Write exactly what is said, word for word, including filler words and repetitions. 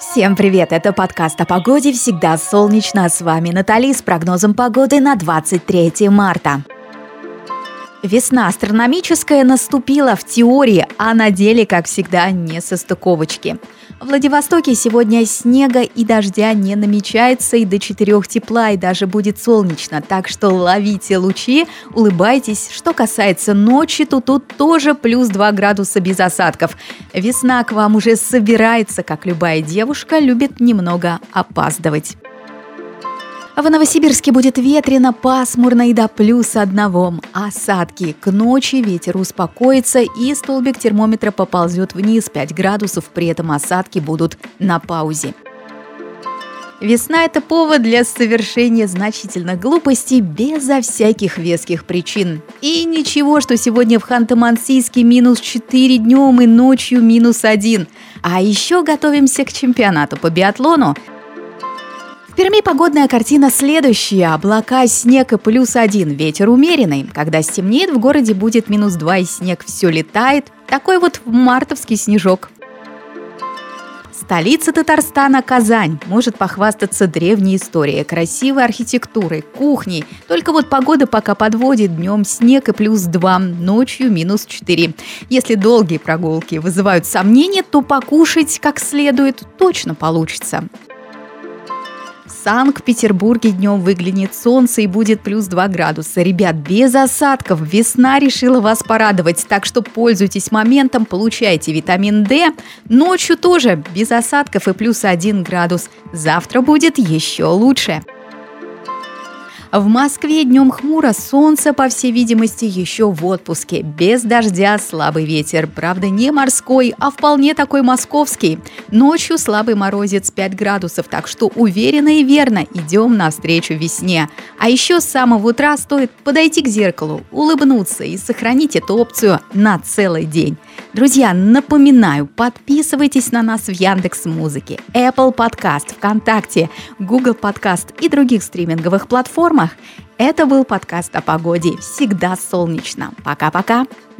Всем привет! Это подкаст о погоде «Всегда солнечно». С вами Натали с прогнозом погоды на двадцать третье марта. Весна астрономическая наступила в теории, а на деле, как всегда, не состыковочки. В Владивостоке сегодня снега и дождя не намечается, и до четырех тепла, и даже будет солнечно, так что ловите лучи, улыбайтесь. Что касается ночи, то тут тоже плюс два градуса без осадков. Весна к вам уже собирается, как любая девушка любит немного опаздывать. В Новосибирске будет ветрено, пасмурно и до плюс одного. Осадки. К ночи ветер успокоится и столбик термометра поползет вниз пять градусов, при этом осадки будут на паузе. Весна – это повод для совершения значительных глупостей безо всяких веских причин. И ничего, что сегодня в Ханты-Мансийске минус четыре днем и ночью минус один. А еще готовимся к чемпионату по биатлону. В Перми погодная картина следующая. Облака, снег и плюс один. Ветер умеренный. Когда стемнеет, в городе будет минус два и снег все летает. Такой вот мартовский снежок. Столица Татарстана – Казань. Может похвастаться древней историей, красивой архитектурой, кухней. Только вот погода пока подводит. Днем снег и плюс два, ночью минус четыре. Если долгие прогулки вызывают сомнения, то покушать как следует точно получится. В Санкт-Петербурге днем выглянет солнце и будет плюс два градуса. Ребят, без осадков. Весна решила вас порадовать, так что пользуйтесь моментом, получайте витамин D. Ночью тоже без осадков и плюс один градус. Завтра будет еще лучше. В Москве днем хмуро, солнце, по всей видимости, еще в отпуске. Без дождя, слабый ветер. Правда, не морской, а вполне такой московский. Ночью слабый морозец пять градусов, так что уверенно и верно идем навстречу весне. А еще с самого утра стоит подойти к зеркалу, улыбнуться и сохранить эту опцию на целый день. Друзья, напоминаю, подписывайтесь на нас в Яндекс.Музыке, Apple Podcast, ВКонтакте, Google Podcast и других стриминговых платформах. Это был подкаст о погоде «Всегда солнечно». Пока-пока!